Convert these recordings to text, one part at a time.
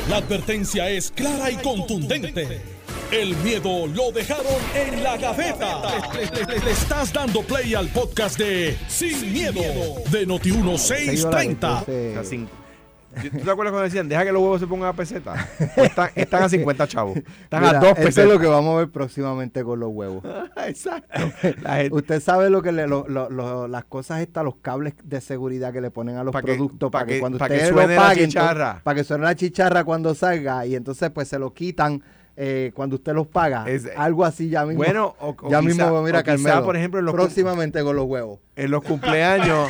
La advertencia es clara y contundente. El miedo lo dejaron en la gaveta. Le estás dando play al podcast de Sin Miedo de Noti1630. ¿Tú te acuerdas cuando decían, deja que los huevos se pongan a peseta? Están a 50 chavos. Están Mira, a 2 pesetas. eso es lo que vamos a ver próximamente con los huevos. Exacto. Usted sabe lo que las cosas estas, los cables de seguridad que le ponen a los productos para que cuando ustedes lo paguen, para que suene la chicharra cuando salga, y entonces pues se lo quitan cuando usted los paga. Algo así ya mismo. Bueno, ya mismo, mira, Carmelo, por ejemplo, próximamente con los huevos. En los cumpleaños.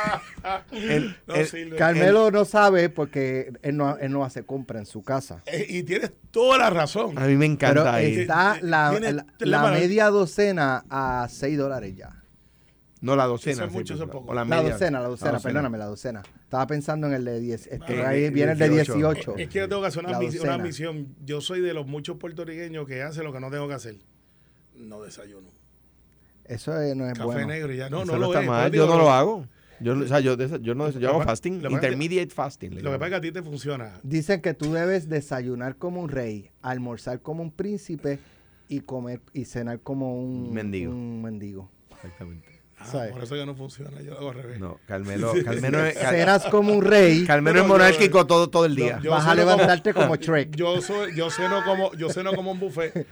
Carmelo no sabe porque él no hace compra en su casa. Y tienes toda la razón. A mí me encanta. Pero está la media docena a $6 ya. No, la docena. Eso es mucho, eso es poco. La docena, perdóname, la docena. Estaba pensando en el de 10. Ahí viene el de 18. Es que yo tengo que hacer una misión. Yo soy de los muchos puertorriqueños que hacen lo que no tengo que hacer. No desayuno. Eso no es Café bueno. Negro y ya. No está lo es. mal. Yo no lo hago. Yo hago fasting, intermediate fasting. Lo que pasa es que a ti te funciona. Dicen que tú debes desayunar como un rey, almorzar como un príncipe y comer y cenar como un mendigo. Exactamente. Por eso ya no funciona, yo lo hago al revés. No, Carmelo cenas como un rey. Carmelo es monárquico todo el día. Vas a levantarte como Shrek. Yo ceno como un buffet.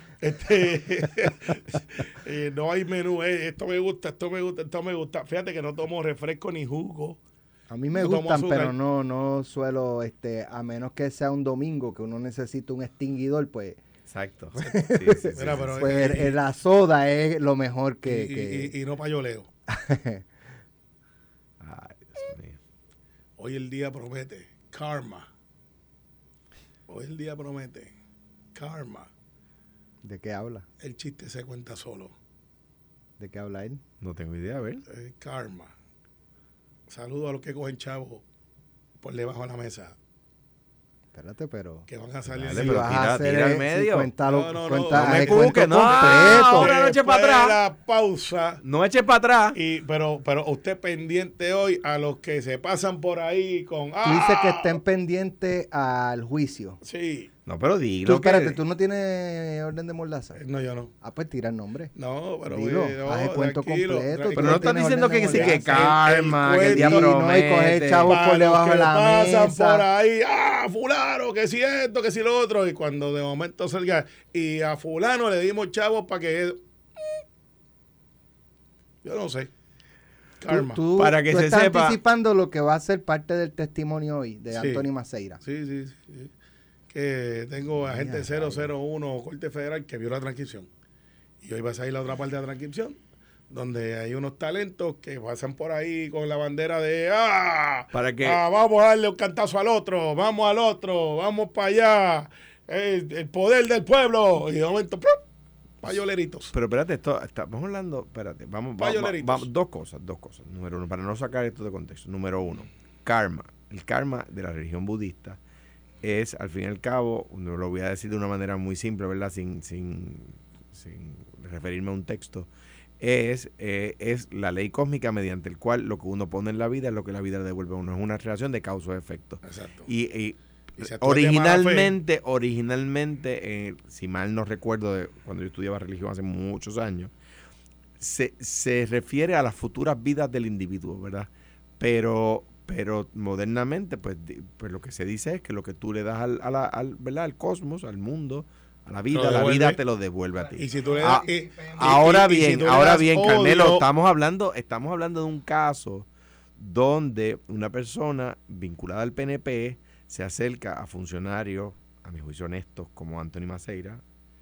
No hay menú, esto me gusta, esto me gusta, esto me gusta. Fíjate que no tomo refresco ni jugo. A mí me gustan, pero no suelo, a menos que sea un domingo que uno necesita un extinguidor, pues. Exacto. Mira, pero pues la soda es lo mejor que... Y no payoleo. Ay, Dios mío. Hoy el día promete karma. Hoy el día promete karma. ¿De qué habla? El chiste se cuenta solo. ¿De qué habla él? No tengo idea, a ver. Karma. Saludo a los que cogen chavos por debajo de la mesa. Espérate, pero... Que van a salir... Dale, pero tira al medio. No me cuque, no. Una noche para atrás. La pausa. No eche para atrás. Pero usted pendiente hoy a los que se pasan por ahí con... Tú dices que estén pendientes al juicio. Sí. No, pero dilo. Espérate, ¿tú no tienes orden de mordaza? No, yo no. Pues tira el nombre. No, pero... Dilo, haz el cuento completo. Pero no estás diciendo que sí, que karma, que el día promete. No, y coger chavos por debajo de la mesa. Pasan por ahí, fulano, que si esto, que si lo otro. Y cuando de momento salga, y a fulano le dimos chavos para que... Yo no sé. Karma. Para que se estás sepa... anticipando lo que va a ser parte del testimonio hoy de Anthony Maceira. Sí. Que tengo agente 001 Corte Federal que vio la transcripción. Y hoy va a salir la otra parte de la transcripción, donde hay unos talentos que pasan por ahí con la bandera de vamos a darle un cantazo al otro, vamos para allá, el poder del pueblo. Y de momento, payoleritos. Pero espérate, estamos hablando, vamos, dos cosas. Número uno, para no sacar esto de contexto. Número uno, karma. El karma de la religión budista es, al fin y al cabo, no lo voy a decir de una manera muy simple, ¿verdad? Sin referirme a un texto, es la ley cósmica mediante el cual lo que uno pone en la vida es lo que la vida le devuelve a uno. Es una relación de causa-efecto. Exacto. Y originalmente, si mal no recuerdo, cuando yo estudiaba religión hace muchos años, se refiere a las futuras vidas del individuo, ¿verdad? Pero modernamente, pues lo que se dice es que lo que tú le das ¿verdad? Al cosmos, al mundo, a la vida te lo devuelve a ti. Y si tú le das, ahora bien, Carmelo, estamos hablando de un caso donde una persona vinculada al PNP se acerca a funcionarios, a mi juicio honestos, como Anthony Maceira,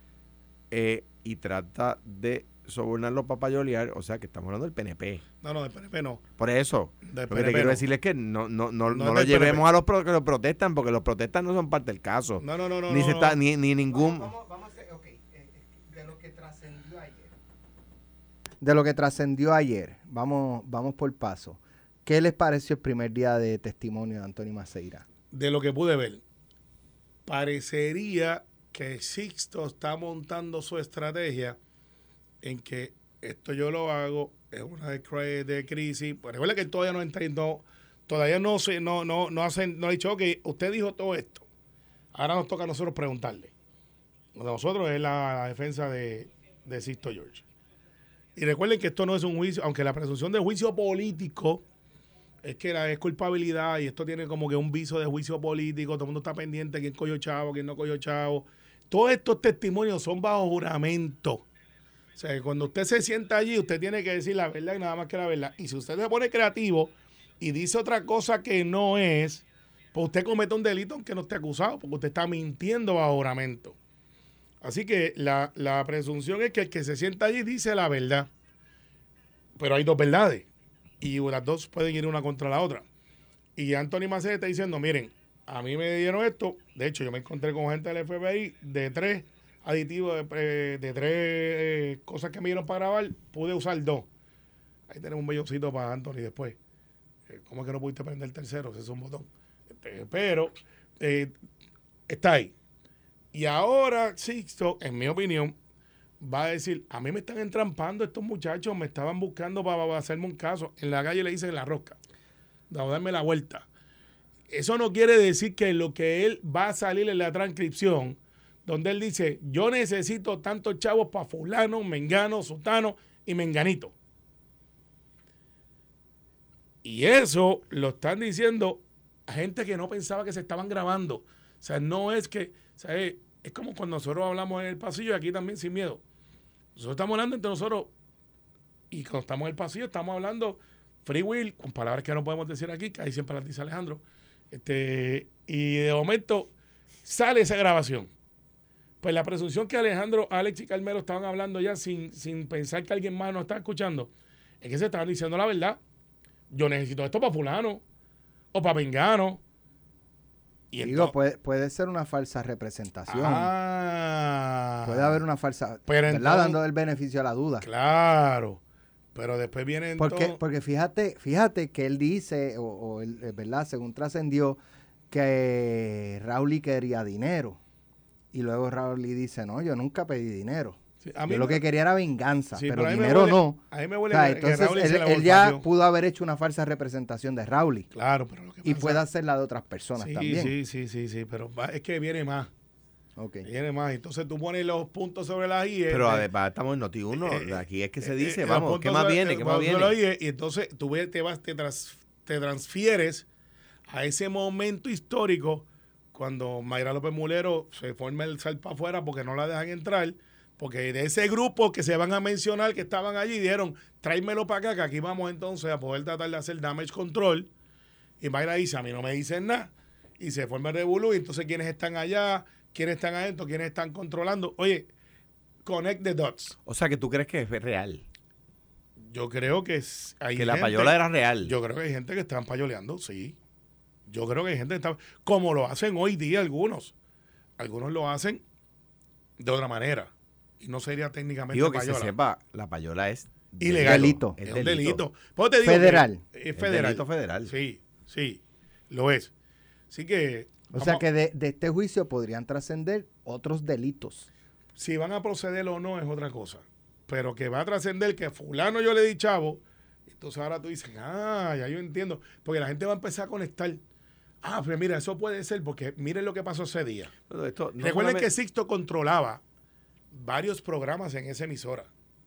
y trata de sobornarlo para payolear, o sea que estamos hablando del PNP. No, del PNP no. Por eso, lo que te quiero decir es que no lo llevemos a los que lo protestan, porque los protestas no son parte del caso. No. Ni ningún... Vamos a hacer, de lo que trascendió ayer. De lo que trascendió ayer, vamos por paso. ¿Qué les pareció el primer día de testimonio de Anthony Maceira? De lo que pude ver, parecería que Sixto está montando su estrategia en que esto yo lo hago, es una de crisis. Pues recuerda que todavía no ha dicho, ok, usted dijo todo esto. Ahora nos toca a nosotros preguntarle. Lo de nosotros es la defensa de Sixto George. Y recuerden que esto no es un juicio, aunque la presunción de juicio político es que es culpabilidad y esto tiene como que un viso de juicio político, todo el mundo está pendiente de quién cogió chavo, quién no cogió chavo. Todos estos testimonios son bajo juramento. O sea, cuando usted se sienta allí, usted tiene que decir la verdad y nada más que la verdad. Y si usted se pone creativo y dice otra cosa que no es, pues usted comete un delito aunque no esté acusado, porque usted está mintiendo bajo juramento. Así que la presunción es que el que se sienta allí dice la verdad. Pero hay dos verdades. Y las dos pueden ir una contra la otra. Y Anthony Macedo está diciendo, miren, a mí me dieron esto. De hecho, yo me encontré con gente del FBI de 3 aditivos, de 3 cosas que me dieron para grabar. Pude usar 2. Ahí tenemos un belloncito para Anthony después. ¿Cómo es que no pudiste prender el tercero? Ese es un botón. Pero está ahí. Y ahora Sixto, en mi opinión, va a decir, a mí me están entrampando estos muchachos, me estaban buscando para hacerme un caso. En la calle le dicen la rosca, para darme la vuelta. Eso no quiere decir que lo que él va a salir en la transcripción, donde él dice, yo necesito tantos chavos para fulano, mengano, sutano y menganito. Y eso lo están diciendo a gente que no pensaba que se estaban grabando. O sea, no es que, o sea, es como cuando nosotros hablamos en el pasillo y aquí también sin miedo. Nosotros estamos hablando entre nosotros y cuando estamos en el pasillo estamos hablando free will, con palabras que no podemos decir aquí, que ahí siempre las dice Alejandro. Y de momento sale esa grabación. Pues la presunción que Alejandro, Alex y Carmelo estaban hablando ya sin pensar que alguien más nos está escuchando, es que se estaban diciendo la verdad. Yo necesito esto para fulano o para mengano. Y digo, puede ser una falsa representación. Puede haber una falsa, pero ¿verdad? Entonces, dando el beneficio a la duda. Claro, pero después viene porque fíjate que él dice, ¿verdad? Según trascendió, que Rowley quería dinero. Y luego Rowley dice, no, yo nunca pedí dinero. Sí, yo lo que quería era venganza, sí, pero dinero no. A mí me huele entonces él ya pudo haber hecho una falsa representación de Rowley. Claro, pero lo que pasa, y puede hacerla de otras personas también. Sí, pero es que viene más. Okay. Viene más. Entonces tú pones los puntos sobre las IE. Pero además estamos en Noti1, aquí es que se dice, vamos, ¿qué más viene? ¿Qué más viene? Y entonces tú te transfieres a ese momento histórico cuando Mayra López Mulero se forma el sal para afuera porque no la dejan entrar. Porque de ese grupo que se van a mencionar que estaban allí, dijeron, tráemelo para acá, que aquí vamos entonces a poder tratar de hacer damage control. Y Mayra dice, a mí no me dicen nada. Y se forma el revolú. Y entonces, ¿quiénes están allá? ¿Quiénes están adentro? ¿Quiénes están controlando? Oye, connect the dots. O sea, que tú crees que es real. Yo creo que la payola era real. Yo creo que hay gente que están payoleando, sí. Yo creo que hay gente que está... Como lo hacen hoy día algunos. Algunos lo hacen de otra manera. Y no sería técnicamente digo payola. Que se sepa, la payola es ilegal. Delito. Es un delito. Pues te digo federal. Es federal. Delito federal. Sí, lo es. Así que... O sea que de este juicio podrían trascender otros delitos. Si van a proceder o no es otra cosa. Pero que va a trascender que fulano yo le di chavo, entonces ahora tú dices, ya yo entiendo. Porque la gente va a empezar a conectar. Pues mira, eso puede ser porque miren lo que pasó ese día. Bueno, recuerden que Sixto controlaba varios programas en esa emisora.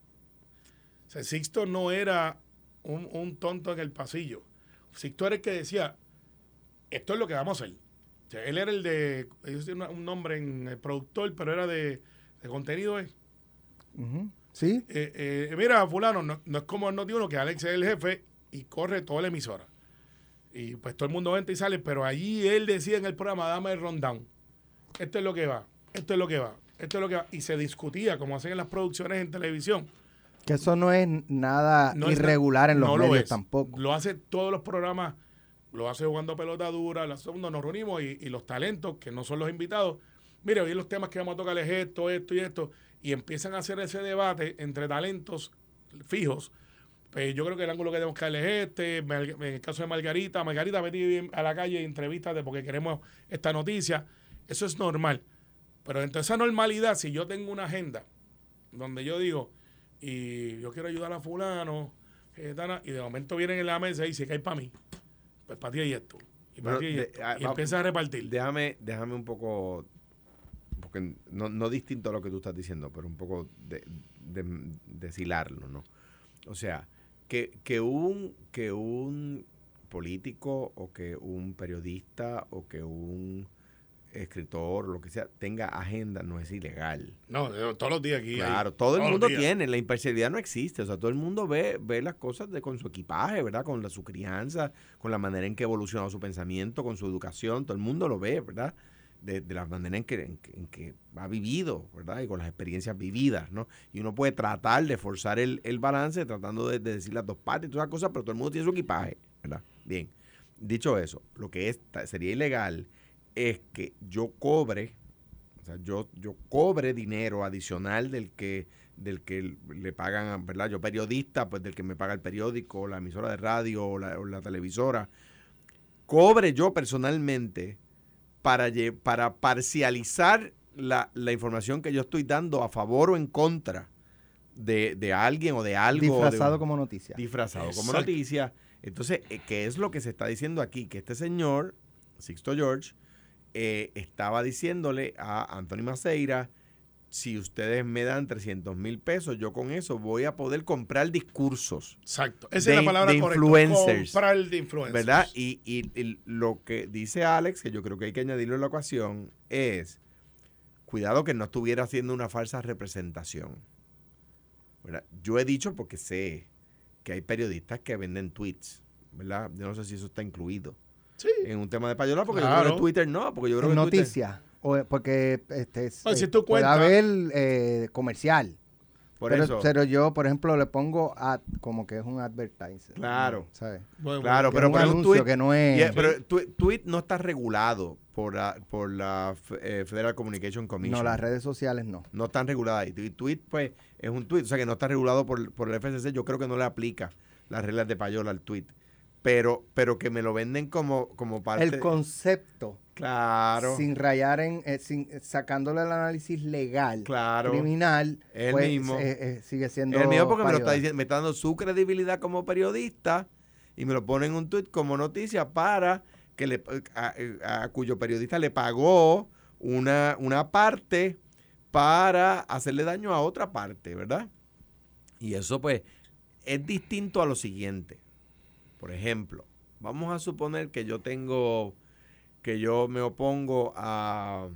O sea, Sixto no era un tonto en el pasillo. Sixto era el que decía, esto es lo que vamos a hacer. O sea, él era el de, ellos tienen un nombre en el productor, pero era de contenido. Uh-huh. Sí. Mira, fulano, no es como el Noti1, que Alex es el jefe y corre toda la emisora. Y pues todo el mundo entra y sale, pero allí él decía en el programa, dame el rundown. Esto es lo que va, esto es lo que va, esto es lo que va. Y se discutía, como hacen en las producciones en televisión. Que eso no es nada irregular en los medios tampoco. Lo hace todos los programas, lo hace Jugando Pelota Dura, nos reunimos y los talentos, que no son los invitados, mire, hoy los temas que vamos a tocar es esto y esto, y empiezan a hacer ese debate entre talentos fijos. Pues yo creo que el ángulo que tenemos que darle es en el caso de Margarita, vete a la calle y entrevístate porque queremos esta noticia. Eso es normal. Pero dentro de esa normalidad, si yo tengo una agenda donde yo digo, y yo quiero ayudar a fulano, y de momento vienen en la mesa y dicen que hay para mí, pues para ti hay esto. Y empieza a repartir. Déjame un poco, porque no distinto a lo que tú estás diciendo, pero un poco deshilarlo, ¿no? O sea, que un político o que un periodista o que un escritor, lo que sea, tenga agenda no es ilegal. No, todos los días aquí. Claro, todo el mundo tiene, la imparcialidad no existe, o sea, todo el mundo ve las cosas con su equipaje, ¿verdad? Con su crianza, con la manera en que ha evolucionado su pensamiento, con su educación, todo el mundo lo ve, ¿verdad? De la manera en que ha vivido, ¿verdad? Y con las experiencias vividas, ¿no? Y uno puede tratar de forzar el balance, tratando de decir las dos partes y todas las cosas, pero todo el mundo tiene su equipaje, ¿verdad? Bien, dicho eso, lo que sería ilegal es que yo cobre, o sea, yo cobre dinero adicional del que le pagan, ¿verdad? Yo periodista, pues del que me paga el periódico, la emisora de radio o la televisora, cobre yo personalmente para parcializar la información que yo estoy dando a favor o en contra de alguien o de algo. Disfrazado como noticia. Disfrazado como noticia. Entonces, ¿qué es lo que se está diciendo aquí? Que este señor, Sixto George, estaba diciéndole a Anthony Maceira, si ustedes me dan $300,000, yo con eso voy a poder comprar discursos. Exacto. Esa es la palabra de correcta. Influencers. Comprar de influencers. ¿Verdad? Y lo que dice Alex, que yo creo que hay que añadirlo en la ecuación, es, cuidado que no estuviera haciendo una falsa representación. ¿Verdad? Yo he dicho, porque sé que hay periodistas que venden tweets, ¿verdad? Yo no sé si eso está incluido. Sí. En un tema de payola, porque yo creo que en Twitter no, porque yo creo que noticia, porque si tú puede haber comercial. Pero yo, por ejemplo, le pongo como que es un advertising. Claro. ¿Sabes? Claro, pero por un tweet que no es. Pero tweet no está regulado por la Federal Communication Commission. No, las redes sociales no. No están reguladas. Y tweet, pues, es un tweet, o sea que no está regulado por el FCC. Yo creo que no le aplica las reglas de payola al tweet. Pero que me lo venden como parte. El concepto. Claro. Sin rayar sacándole el análisis legal, criminal, el pues, mismo. Sigue siendo el mío porque me lo está diciendo, me está dando su credibilidad como periodista y me lo pone en un tuit como noticia para que a cuyo periodista le pagó una parte para hacerle daño a otra parte, ¿verdad? Y eso pues es distinto a lo siguiente. Por ejemplo, vamos a suponer que yo me opongo a,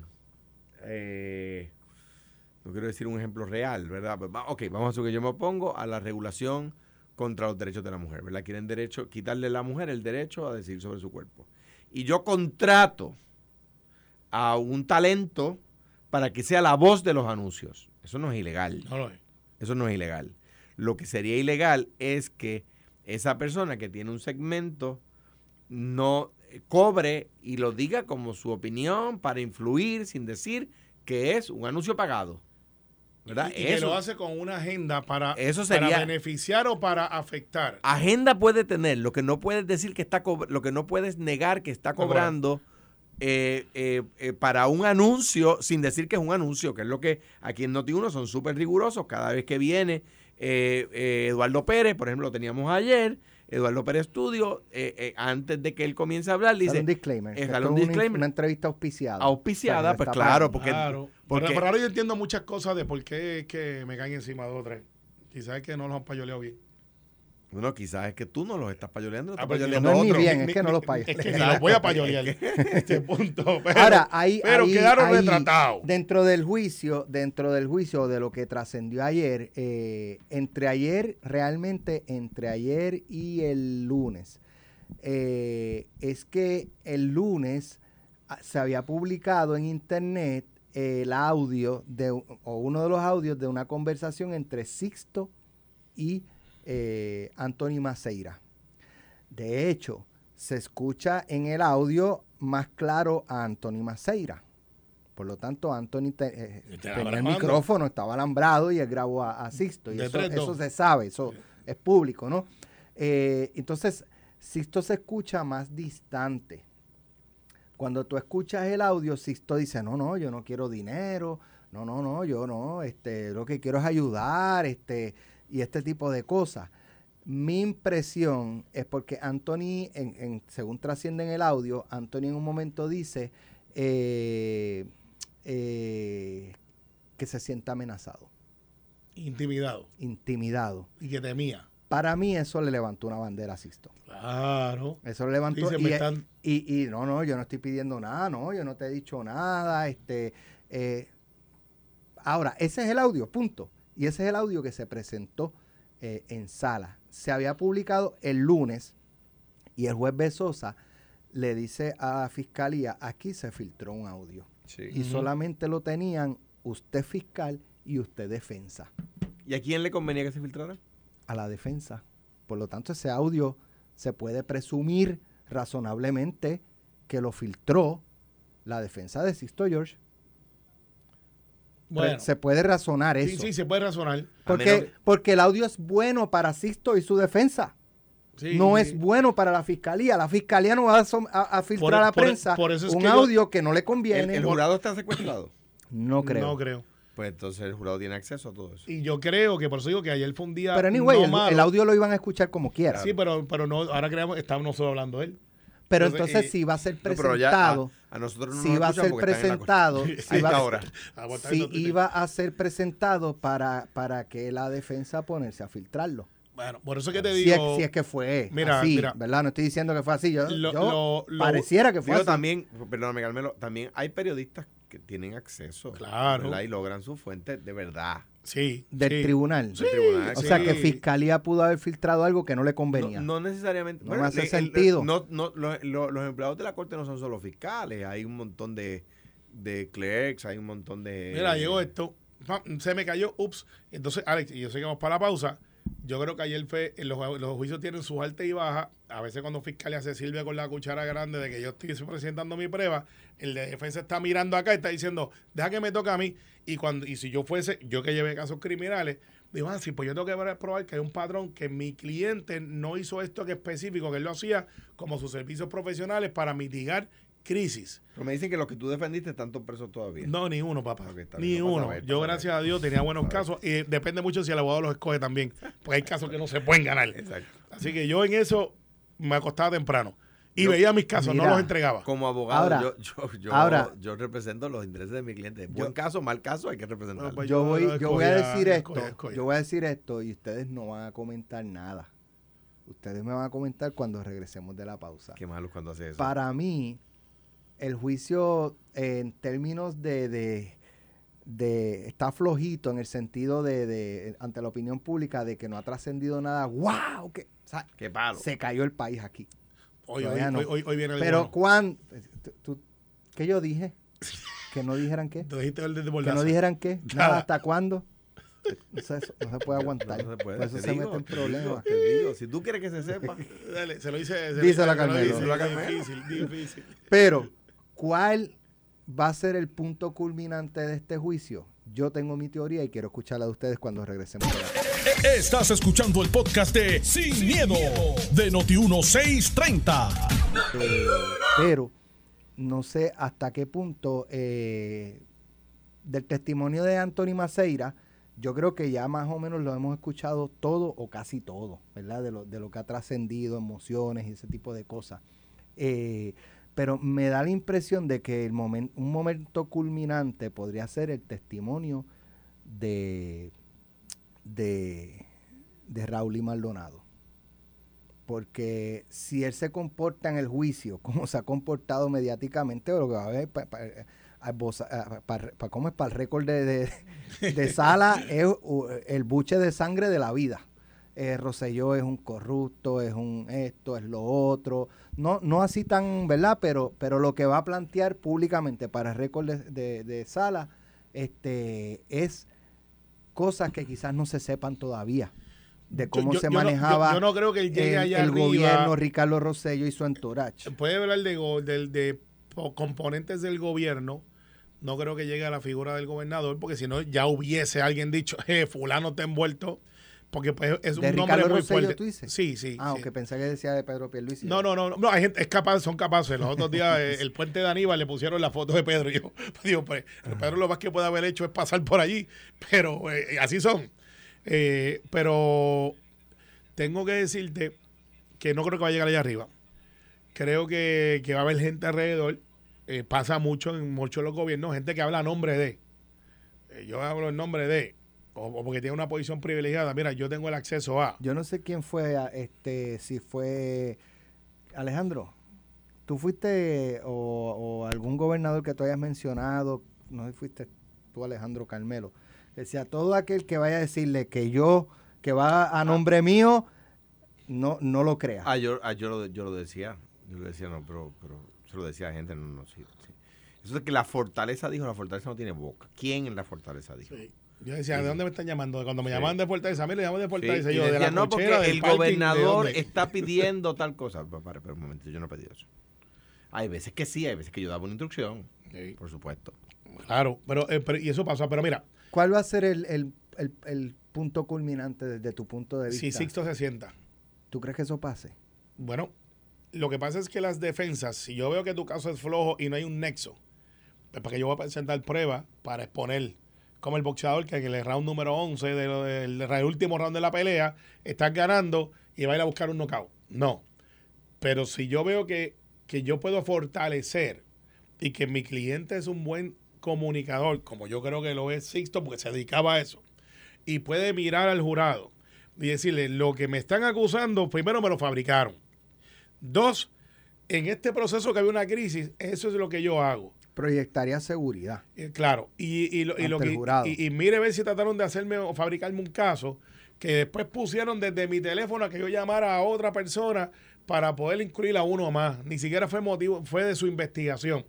no quiero decir un ejemplo real, ¿verdad? Ok, vamos a suponer que yo me opongo a la regulación contra los derechos de la mujer, ¿verdad? Quieren quitarle a la mujer el derecho a decidir sobre su cuerpo. Y yo contrato a un talento para que sea la voz de los anuncios. Eso no es ilegal. No lo es. Eso no es ilegal. Lo que sería ilegal es que esa persona que tiene un segmento no cobre y lo diga como su opinión para influir sin decir que es un anuncio pagado, ¿verdad? Y que lo hace con una agenda para beneficiar o para afectar. Agenda puede tener, lo que no puedes decir lo que no puedes negar que está cobrando para un anuncio sin decir que es un anuncio, que es lo que aquí en Noti1 son súper rigurosos. Cada vez que viene Eduardo Pérez, por ejemplo, lo teníamos ayer, Eduardo Pérez Studio, antes de que él comience a hablar, dice... un disclaimer. Una entrevista auspiciada. Auspiciada, pues claro, porque... Pero ahora yo entiendo muchas cosas de por qué es que me caen encima de otras. Quizás es que no los han payoleado bien. Bueno, quizás es que tú no los estás payoleando. No es ni bien, es que no los payoleo. Es que ni los voy a payolear este punto. Pero, ahora, pero quedaron retratados. Dentro del juicio de lo que trascendió ayer, entre ayer y el lunes, es que el lunes se había publicado en internet el audio uno de los audios de una conversación entre Sixto y Anthony Maceira. De hecho, se escucha en el audio más claro a Anthony Maceira. Por lo tanto, Anthony tenía el micrófono, estaba alambrado y él grabó a Sixto. Y eso se sabe, eso es público, ¿no? Entonces, Sixto se escucha más distante. Cuando tú escuchas el audio, Sixto dice, no, yo no quiero dinero, yo no, lo que quiero es ayudar, y este tipo de cosas. Mi impresión es porque Anthony, según trasciende en el audio, Anthony en un momento dice que se siente amenazado. Intimidado. Y que temía. Para mí eso le levantó una bandera a Sixto. Claro. Eso le levantó. Y no, yo no estoy pidiendo nada, no, yo no te he dicho nada. Ahora, ese es el audio, punto. Y ese es el audio que se presentó en sala. Se había publicado el lunes y el juez Bezosa le dice a la fiscalía, aquí se filtró un audio. Sí. Y solamente lo tenían usted fiscal y usted defensa. ¿Y a quién le convenía que se filtrara? A la defensa. Por lo tanto, ese audio se puede presumir razonablemente que lo filtró la defensa de Sixto George. Bueno, se puede razonar eso. Sí, se puede razonar. Porque el audio es bueno para Sixto y su defensa. Sí, no es bueno para la fiscalía. La fiscalía no va a filtrar a la prensa un audio que no le conviene. ¿El jurado está secuestrado? No creo. No creo. Pues entonces el jurado tiene acceso a todo eso. Y yo creo que por eso digo que ayer fue un día. Pero anyway, el audio lo iban a escuchar como quiera. Sí, pero no, ahora estamos nosotros hablando de él. Pero entonces si va a ser presentado, a nosotros no si va a ser presentado, si iba a ser presentado para que la defensa ponerse a filtrarlo. Bueno, por eso que te digo. Si es que fue así, ¿verdad? No estoy diciendo que fue así. Yo pareciera que fue así. También, perdóname, Carmelo, también hay periodistas que tienen acceso. Claro. ¿verdad? Y logran su fuente de verdad. Sí. Del tribunal. Sí, del tribunal. O sea, que Fiscalía pudo haber filtrado algo que no le convenía. No necesariamente. No hace sentido. Los empleados de la corte no son solo fiscales. Hay un montón de clerks, hay un montón de... Mira, llegó esto. Se me cayó. Ups. Entonces, Alex, y yo sé que vamos para la pausa. Yo creo que ayer los juicios tienen sus altas y bajas. A veces cuando Fiscalía se sirve con la cuchara grande de que yo estoy presentando mi prueba, el de defensa está mirando acá y está diciendo, deja que me toque a mí. Y si yo fuese, yo que llevé casos criminales, digo, sí, pues yo tengo que probar que hay un patrón que mi cliente no hizo esto que específico, que él lo hacía como sus servicios profesionales para mitigar crisis. Pero me dicen que los que tú defendiste están todos presos todavía. No, ni uno, papá. Ni uno. Yo, gracias a Dios, tenía buenos casos y depende mucho si el abogado los escoge también, porque hay casos que no se pueden ganar. Exacto. Así que yo en eso me acostaba temprano y veía mis casos, no los entregaba. Como abogado, yo represento los intereses de mi cliente. Buen caso, mal caso, hay que representarlo. Pues yo voy a decir esto y ustedes no van a comentar nada. Ustedes me van a comentar cuando regresemos de la pausa. Qué malo cuando hace eso. Para mí, el juicio en términos de está flojito en el sentido de ante la opinión pública de que no ha trascendido nada. ¡Wow! ¡Qué palo! Se cayó el país aquí. Hoy viene el Pero ¿cuándo? ¿Qué yo dije? ¿Que no dijeran qué? ¿Que no dijeran qué? Nada. ¿Hasta cuándo? No se puede aguantar. No se puede. Por eso se mete en problemas. Si tú quieres que se sepa. Dale, se lo dice. Dice la Carmelo. Difícil. Pero, ¿cuál va a ser el punto culminante de este juicio? Yo tengo mi teoría y quiero escucharla de ustedes cuando regresemos. Estás escuchando el podcast de Sin Miedo de Noti1630. Pero no sé hasta qué punto del testimonio de Anthony Maceira, yo creo que ya más o menos lo hemos escuchado todo o casi todo, ¿verdad? De lo que ha trascendido, emociones y ese tipo de cosas. Pero me da la impresión de que un momento culminante podría ser el testimonio de Raúl y Maldonado. Porque si él se comporta en el juicio como se ha comportado mediáticamente, lo que va a haber para el récord de sala es el buche de sangre de la vida. Rosselló es un corrupto, es un esto, es lo otro. No así tan, ¿verdad? Pero lo que va a plantear públicamente para el récord de sala es cosas que quizás no se sepan todavía de cómo se manejaba yo no creo que él llegue allá el arriba, gobierno, Ricardo Rosselló y su entourage. Puede hablar de componentes del gobierno. No creo que llegue a la figura del gobernador, porque si no ya hubiese alguien dicho, fulano está envuelto. Porque pues es un nombre Ricardo muy Rosselló, fuerte. ¿tú dices? Sí. Aunque pensé que decía de Pedro Pierluisi. No, hay gente, son capaces. Los otros días el puente de Aníbal le pusieron la foto de Pedro. Y yo digo, pues, Pedro lo más que puede haber hecho es pasar por allí, pero así son. Pero tengo que decirte que no creo que va a llegar allá arriba. Creo que va a haber gente alrededor. Pasa mucho en muchos de los gobiernos, gente que habla a nombre de. Yo hablo en nombre de. O porque tiene una posición privilegiada. Mira, yo tengo el acceso a. Yo no sé quién fue, si fue Alejandro. ¿Tú fuiste o algún gobernador que tú hayas mencionado? No sé si fuiste tú, Alejandro Carmelo. Decía, todo aquel que vaya a decirle que va a nombre mío, no lo crea. Yo lo decía. Yo lo decía, no, pero se lo decía a gente, no, sí. Eso es que la fortaleza no tiene boca. ¿Quién en la fortaleza dijo? Sí. Yo decía, ¿de dónde me están llamando? Cuando me llamaban de Fortaleza, a mí le llaman de Fortaleza. Sí, yo, decía, de la no, cochera, porque el gobernador ¿de está pidiendo tal cosa. Pero un momento, yo no he pedido eso. Hay veces que sí, hay veces que yo daba una instrucción. Sí. Por supuesto. Claro, pero y eso pasó. Pero mira. ¿Cuál va a ser el punto culminante desde tu punto de vista? Si Sixto se sienta. ¿Tú crees que eso pase? Bueno, lo que pasa es que las defensas, si yo veo que tu caso es flojo y no hay un nexo, pues porque yo voy a presentar pruebas para exponer, como el boxeador que en el round número 11 del último round de la pelea estás ganando y va a ir a buscar un knockout. No. Pero si yo veo que yo puedo fortalecer y que mi cliente es un buen comunicador, como yo creo que lo es Sixto, porque se dedicaba a eso, y puede mirar al jurado y decirle, lo que me están acusando, primero me lo fabricaron. 2, en este proceso que había una crisis, eso es lo que yo hago. Proyectaría seguridad. Claro, y mire a ver si trataron de hacerme o fabricarme un caso que después pusieron desde mi teléfono a que yo llamara a otra persona para poder incluir a uno más. Ni siquiera fue motivo, fue de su investigación.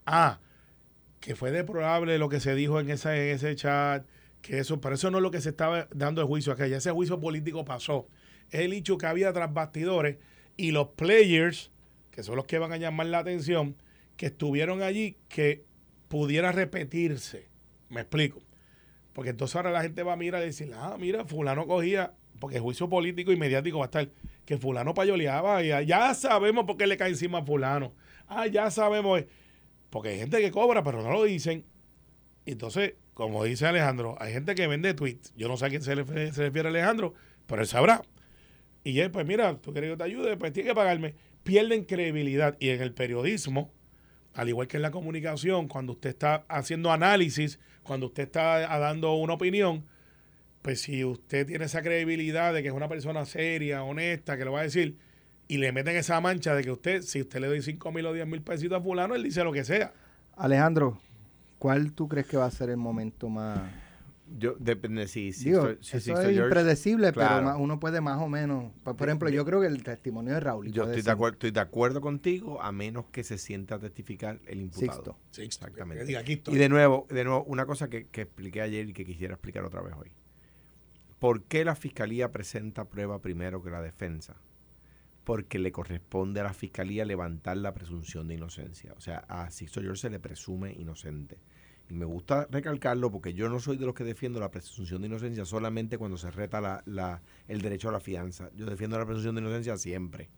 Que fue deplorable lo que se dijo en ese chat, pero eso no es lo que se estaba dando de juicio acá. Ya ese juicio político pasó. Es el hecho que había tras bastidores y los players, que son los que van a llamar la atención, que estuvieron allí, que pudiera repetirse. Me explico. Porque entonces ahora la gente va a mirar y decir, mira, fulano cogía, porque el juicio político y mediático va a estar, que fulano payoleaba, y ya sabemos por qué le cae encima a fulano. Ya sabemos, porque hay gente que cobra, pero no lo dicen. Entonces, como dice Alejandro, hay gente que vende tweets. Yo no sé a quién se refiere Alejandro, pero él sabrá. Y él, pues mira, tú quieres que te ayude, pues tienes que pagarme. Pierden credibilidad. Y en el periodismo, al igual que en la comunicación, cuando usted está haciendo análisis, cuando usted está dando una opinión, pues si usted tiene esa credibilidad de que es una persona seria, honesta, que lo va a decir, y le meten esa mancha de que si usted le doy 5,000 o 10,000 pesitos a fulano, él dice lo que sea. Alejandro, ¿cuál tú crees que va a ser el momento más...? Depende si eso es impredecible, claro. Pero uno puede más o menos. Por ejemplo, yo creo que el testimonio de Raúl. Yo estoy de acuerdo contigo, a menos que se sienta a testificar el imputado. Sixto. Exactamente. Y de nuevo, una cosa que expliqué ayer y que quisiera explicar otra vez hoy. ¿Por qué la fiscalía presenta prueba primero que la defensa? Porque le corresponde a la fiscalía levantar la presunción de inocencia. O sea, a Sixto George se le presume inocente. Y me gusta recalcarlo porque yo no soy de los que defiendo la presunción de inocencia solamente cuando se reta el derecho a la fianza. Yo defiendo la presunción de inocencia siempre.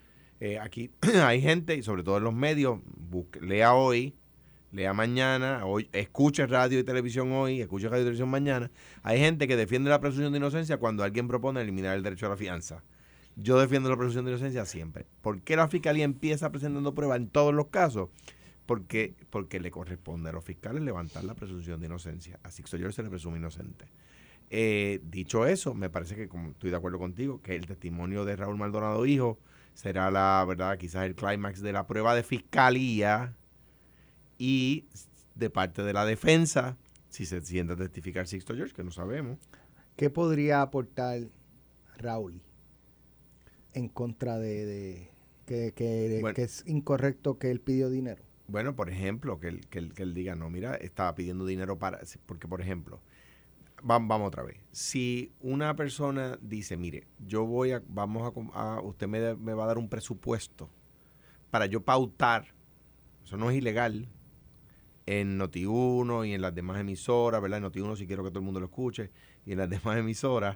Aquí hay gente, y sobre todo en los medios, lea hoy, lea mañana, hoy, escuche radio y televisión hoy, escuche radio y televisión mañana. Hay gente que defiende la presunción de inocencia cuando alguien propone eliminar el derecho a la fianza. Yo defiendo la presunción de inocencia siempre. ¿Por qué la fiscalía empieza presentando pruebas en todos los casos? Porque le corresponde a los fiscales levantar la presunción de inocencia. A Sixto George se le presume inocente. Dicho eso, me parece que, como estoy de acuerdo contigo, que el testimonio de Raúl Maldonado hijo será la verdad, quizás el clímax de la prueba de fiscalía y de parte de la defensa, si se sienta a testificar Sixto George, que no sabemos. ¿Qué podría aportar Raúl en contra de que es incorrecto que él pidió dinero? Bueno, por ejemplo, que él diga, no, mira, estaba pidiendo dinero porque, por ejemplo, vamos otra vez. Si una persona dice, mire, usted me va a dar un presupuesto para yo pautar, eso no es ilegal, en Noti1 y en las demás emisoras, ¿verdad? En Noti1 si quiero que todo el mundo lo escuche, y en las demás emisoras,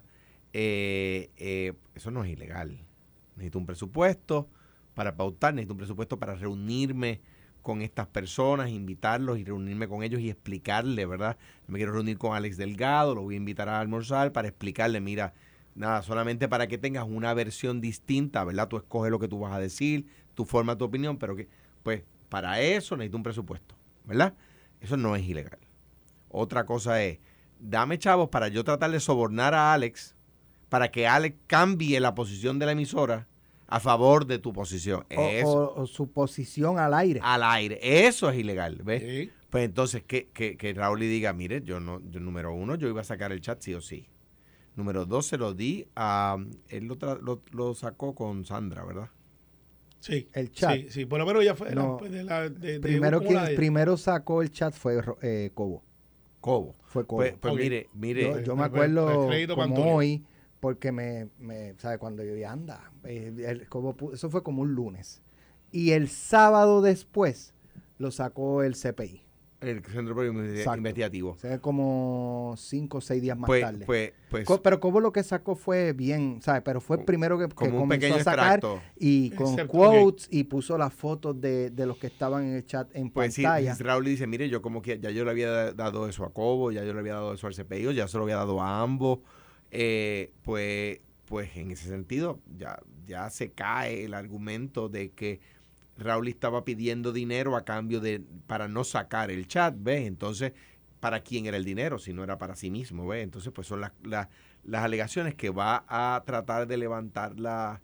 eso no es ilegal. Necesito un presupuesto para pautar, necesito un presupuesto para reunirme con estas personas, invitarlos y reunirme con ellos y explicarle, ¿verdad? Me quiero reunir con Alex Delgado, lo voy a invitar a almorzar para explicarle, mira, Nada, solamente para que tengas una versión distinta, ¿verdad? Tú escoges lo que tú vas a decir, tú formas tu opinión, pero que, pues, para eso necesito un presupuesto, ¿verdad? Eso no es ilegal. Otra cosa es, dame chavos para yo tratar de sobornar a Alex, para que Alex cambie la posición de la emisora a favor de tu posición. O su posición al aire. Al aire. Eso es ilegal, ¿ves? Sí. Pues entonces, que Raúl le diga, mire, yo número uno, yo iba a sacar el chat sí o sí. Número 2, se lo di a... Él lo sacó con Sandra, ¿verdad? Sí. El chat. Sí, por lo menos ya fue no, primero sacó el chat fue Cobo. Fue Cobo. Pues okay. Mire. Yo me acuerdo como hoy, porque ¿sabe? Cuando yo vi, anda, eso fue como un lunes. Y el sábado después lo sacó el CPI. El Centro Periodístico Investigativo. O sea, como 5 o 6 días más tarde. Pero Cobo lo que sacó fue bien, ¿sabes? Pero fue el primero que comenzó a sacar y con quotes y puso las fotos de los que estaban en el chat en pantalla. Sí, Raúl dice, mire, yo como que ya yo le había dado eso a Cobo, ya yo le había dado eso al CPI, ya se lo había dado a ambos. Pues en ese sentido ya se cae el argumento de que Raúl estaba pidiendo dinero a cambio para no sacar el chat, ¿ves? Entonces, ¿para quién era el dinero? Si no era para sí mismo, ¿ves? Entonces, pues son las alegaciones que va a tratar de levantar la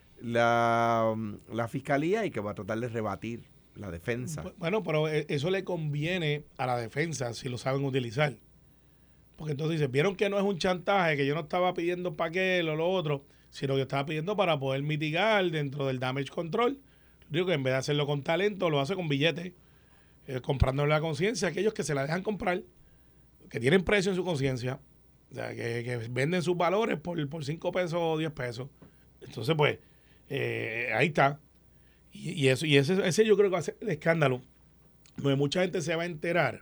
fiscalía y que va a tratar de rebatir la defensa. Bueno, pero eso le conviene a la defensa si lo saben utilizar. Porque entonces dicen, vieron que no es un chantaje, que yo no estaba pidiendo para qué o lo otro, sino que yo estaba pidiendo para poder mitigar dentro del damage control. Digo que en vez de hacerlo con talento, lo hace con billetes, comprándole la conciencia a aquellos que se la dejan comprar, que tienen precio en su conciencia, o sea, que venden sus valores por 5 pesos o 10 pesos. Entonces, pues, ahí está. Y ese yo creo que va a ser el escándalo, donde mucha gente se va a enterar.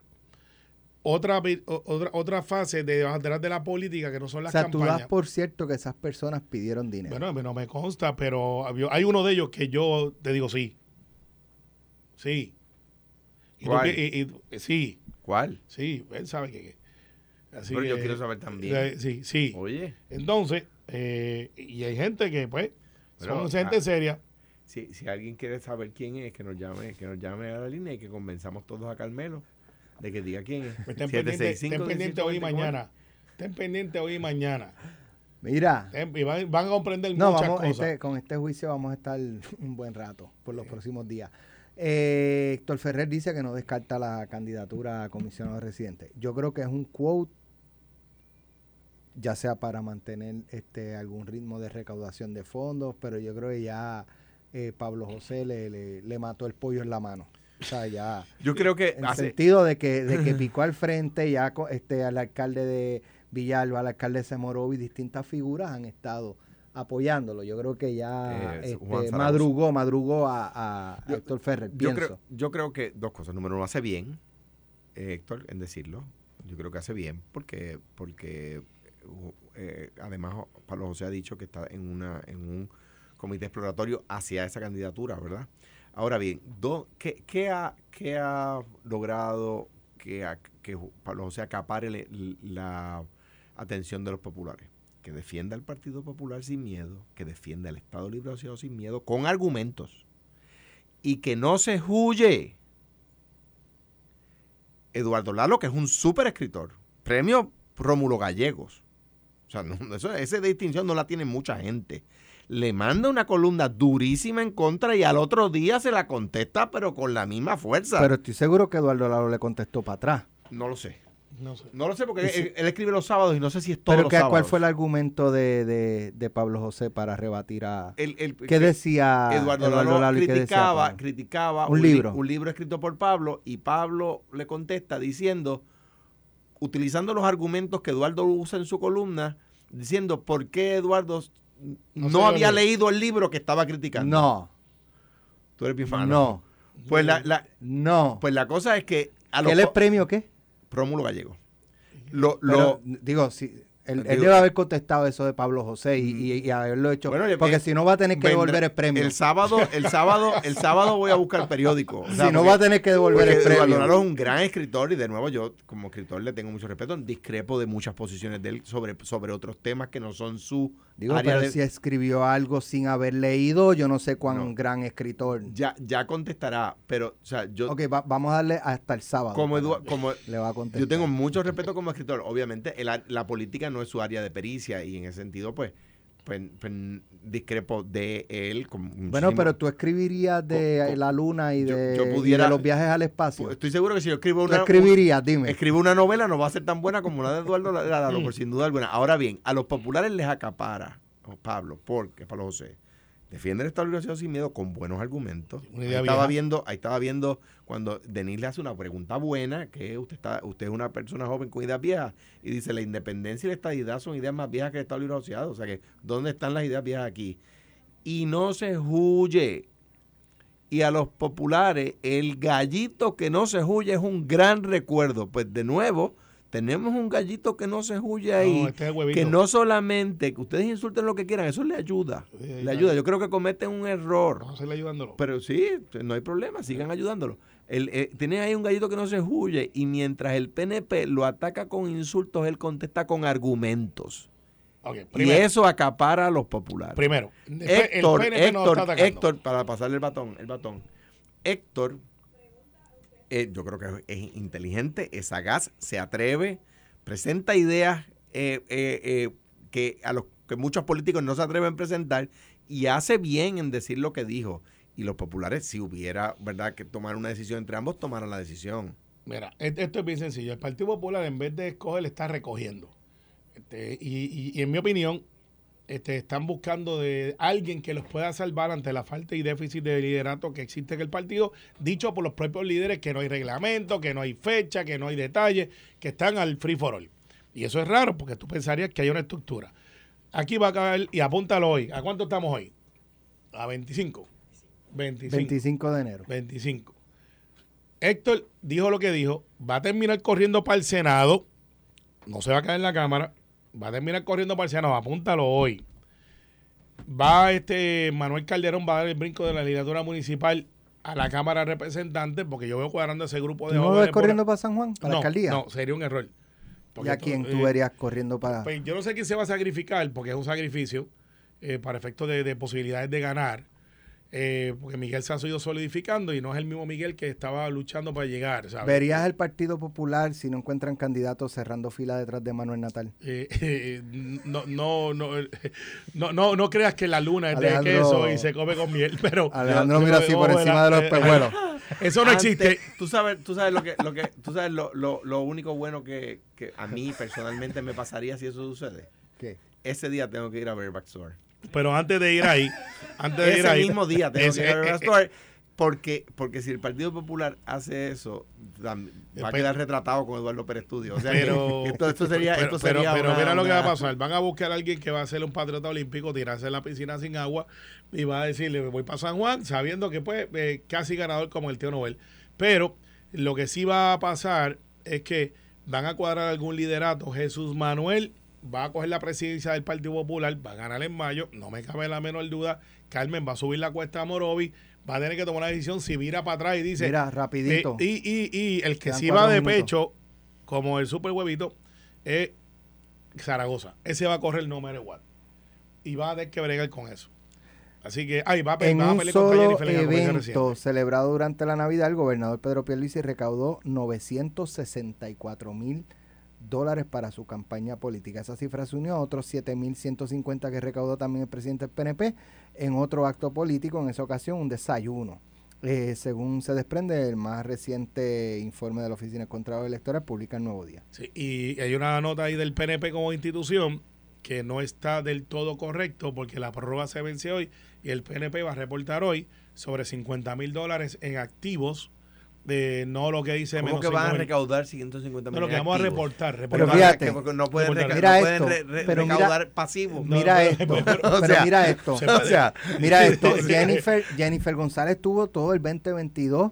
Otra fase detrás de la política que no son las campañas. O sea, tú das por cierto que esas personas pidieron dinero. Bueno, no me consta, pero hay uno de ellos que yo te digo sí. Sí. ¿Cuál? Sí. ¿Cuál? Sí, él sabe que. Así pero que, yo quiero saber también. Sí. Oye. Entonces, y hay gente que, pues, son gente seria. Si alguien quiere saber quién es, que nos llame a la línea y que convenzamos todos a Carmelo de que diga quién es. Estén pendientes hoy y mañana. Estén pendientes hoy y mañana. Mira. Y van a comprender muchas cosas. Con este juicio vamos a estar un buen rato por los próximos días. Héctor Ferrer dice que no descarta la candidatura a comisionado residente. Yo creo que es un quote, ya sea para mantener algún ritmo de recaudación de fondos, pero yo creo que ya Pablo José le mató el pollo en la mano. O sea, ya. Yo creo que. En el sentido de que picó al frente, ya al alcalde de Villalba, al alcalde de Morovis, distintas figuras han estado apoyándolo. Yo creo que ya madrugó a Héctor Ferrer. Yo creo que dos cosas. Número uno, hace bien, Héctor, en decirlo. Yo creo que hace bien porque además Pablo José ha dicho que está en un comité exploratorio hacia esa candidatura, ¿verdad? Ahora bien, ¿qué ha logrado que Pablo José acapare la atención de los populares? Que defienda al Partido Popular sin miedo, que defienda el Estado Libre Asociado sin miedo, con argumentos, y que no se huye. Eduardo Lalo, que es un súper escritor, premio Rómulo Gallegos. O sea, esa distinción no la tiene mucha gente. Le manda una columna durísima en contra y al otro día se la contesta, pero con la misma fuerza. Pero estoy seguro que Eduardo Lalo le contestó para atrás. No lo sé. No lo sé porque él escribe los sábados y no sé si es todos los sábados. Pero ¿cuál fue el argumento de Pablo José para rebatir a... ¿Qué decía Eduardo Lalo? Criticaba un libro escrito por Pablo, y Pablo le contesta diciendo, utilizando los argumentos que Eduardo usa en su columna, diciendo por qué Eduardo no había leído el libro que estaba criticando. No. ¿Tú eres bifano? No. Pues no. Pues la cosa es que... ¿Él es premio qué? Rómulo Gallego. Digo, si Él debe haber contestado eso de Pablo José y haberlo hecho. Bueno, porque si no va a tener que devolver el premio. El sábado voy a buscar el periódico. O sea, si no va a tener que devolver el premio. Eduardo Lalo es un gran escritor y de nuevo yo como escritor le tengo mucho respeto. Discrepo de muchas posiciones de él sobre otros temas que no son su área. Pero si escribió algo sin haber leído, yo no sé cuán gran escritor. Ya contestará, pero o sea, yo... Ok, vamos a darle hasta el sábado. Como le va a contestar. Yo tengo mucho respeto como escritor. Obviamente la política no es su área de pericia y en ese sentido pues discrepo de él. Bueno, pero tú escribirías de la luna y de los viajes al espacio. Estoy seguro que si yo escribo escribo una novela no va a ser tan buena como la de Eduardo Lalo, por sin duda alguna. Ahora bien, a los populares les acapara, Pablo José, defiende el Estado Libre Asociado sin miedo con buenos argumentos. Ahí estaba viendo cuando Denis le hace una pregunta buena, que usted es una persona joven con ideas viejas, y dice, la independencia y la estadidad son ideas más viejas que el Estado Libre Asociado. O sea que, ¿dónde están las ideas viejas aquí? Y no se huye. Y a los populares, el gallito que no se huye es un gran recuerdo. Pues de nuevo, tenemos un gallito que no se huye ahí, que no solamente, que ustedes insulten lo que quieran, eso le ayuda. Yo creo que cometen un error. Vamos a seguir ayudándolo. Pero sí, no hay problema, sigan ayudándolo. Tiene ahí un gallito que no se huye y mientras el PNP lo ataca con insultos, él contesta con argumentos. Okay, y eso acapara a los populares. Primero, Héctor, para pasarle el batón. Héctor, yo creo que es inteligente, es sagaz, se atreve, presenta ideas que a los que muchos políticos no se atreven a presentar y hace bien en decir lo que dijo. Y los populares, si hubiera, ¿verdad?, que tomar una decisión entre ambos, tomaran la decisión. Mira, esto es bien sencillo. El Partido Popular, en vez de escoger, le está recogiendo. Y en mi opinión, están buscando de alguien que los pueda salvar ante la falta y déficit de liderato que existe en el partido, dicho por los propios líderes que no hay reglamento, que no hay fecha, que no hay detalle, que están al free for all. Y eso es raro porque tú pensarías que hay una estructura. Aquí va a caer, y apúntalo hoy. ¿A cuánto estamos hoy? A 25. 25 de enero. 25. Héctor dijo lo que dijo, va a terminar corriendo para el Senado, no se va a caer en la Cámara, va a terminar corriendo para el Senado, apúntalo hoy. Va Manuel Calderón va a dar el brinco de la legislatura municipal a la Cámara de Representantes, porque yo veo cuadrando ese grupo de jóvenes. ¿No lo ves corriendo para San Juan, para la alcaldía? No, sería un error. ¿Y a quién tú verías corriendo para...? Pues yo no sé quién se va a sacrificar, porque es un sacrificio para efectos de posibilidades de ganar. Porque Miguel se ha ido solidificando y no es el mismo Miguel que estaba luchando para llegar, ¿sabes? ¿Verías el Partido Popular si no encuentran candidatos cerrando fila detrás de Manuel Natal? No creas que la luna es de queso y se come con miel, pero Alejandro mira así por encima de los espejuelos. Eso no existe. Tú sabes lo único bueno que a mí personalmente me pasaría si eso sucede. ¿Qué? Ese día tengo que ir a ver Backstore. Pero antes de ir ahí, ese mismo día tengo que ir a Backstore, porque si el Partido Popular hace eso, va a quedar retratado con Eduardo Pérez Studio. O sea, pero mira lo que va a pasar. Van a buscar a alguien que va a ser un patriota olímpico, tirarse en la piscina sin agua y va a decirle, voy para San Juan, sabiendo que pues casi ganador como el tío Nobel. Pero lo que sí va a pasar es que van a cuadrar algún liderato. Jesús Manuel va a coger la presidencia del Partido Popular, va a ganar en mayo, no me cabe la menor duda. Carmen va a subir la cuesta a Morovi, va a tener que tomar una decisión si vira para atrás y dice... Mira, rapidito. Y el que sí va de pecho, como el super huevito, es Zaragoza. Ese va a correr no matter what. Y va a tener que bregar con eso. Así que, va a pelear contra Jennifer. En un evento celebrado durante la Navidad, el gobernador Pedro Pierluisi recaudó $964,000 para su campaña política. Esa cifra se unió a otros 7,150 que recaudó también el presidente del PNP en otro acto político, en esa ocasión un desayuno. Según se desprende del más reciente informe de la Oficina del Contralor Electoral, publica el Nuevo Día. Sí, y hay una nota ahí del PNP como institución que no está del todo correcto porque la prórroga se vence hoy y el PNP va a reportar hoy sobre $50,000 en activos. No lo que dice ¿Cómo que van a recaudar 150 millones? No, lo que vamos a reportar. Pero fíjate, no pueden recaudar pasivos. Mira esto, mira esto. Mira esto. Jennifer González tuvo todo el 2022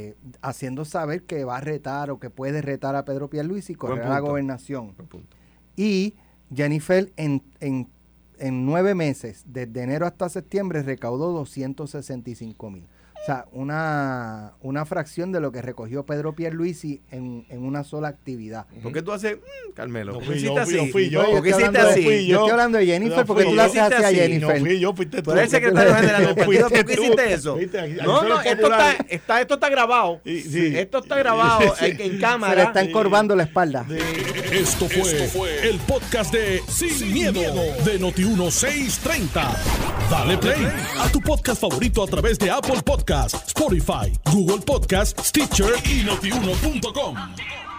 haciendo saber que va a retar o que puede retar a Pedro Pierluisi y correr a la gobernación. Y Jennifer en 9 meses, desde enero hasta septiembre, recaudó 265,000. O sea, una fracción de lo que recogió Pedro Pierluisi en una sola actividad. ¿Por qué tú haces, Carmelo? ¿Por qué hiciste así? ¿Por qué hiciste así? Yo estoy hablando de Jennifer, porque tú le haces así a Jennifer. No fui yo, fuiste tú. Tú eres el secretario general del partido, ¿por qué hiciste eso? No, esto está grabado. Esto está grabado en cámara. Se le está encorvando la espalda. Esto fue el podcast de Sin Miedo de Noti1630. Dale play a tu podcast favorito a través de Apple Podcasts, Spotify, Google Podcasts, Stitcher y Notiuno.com.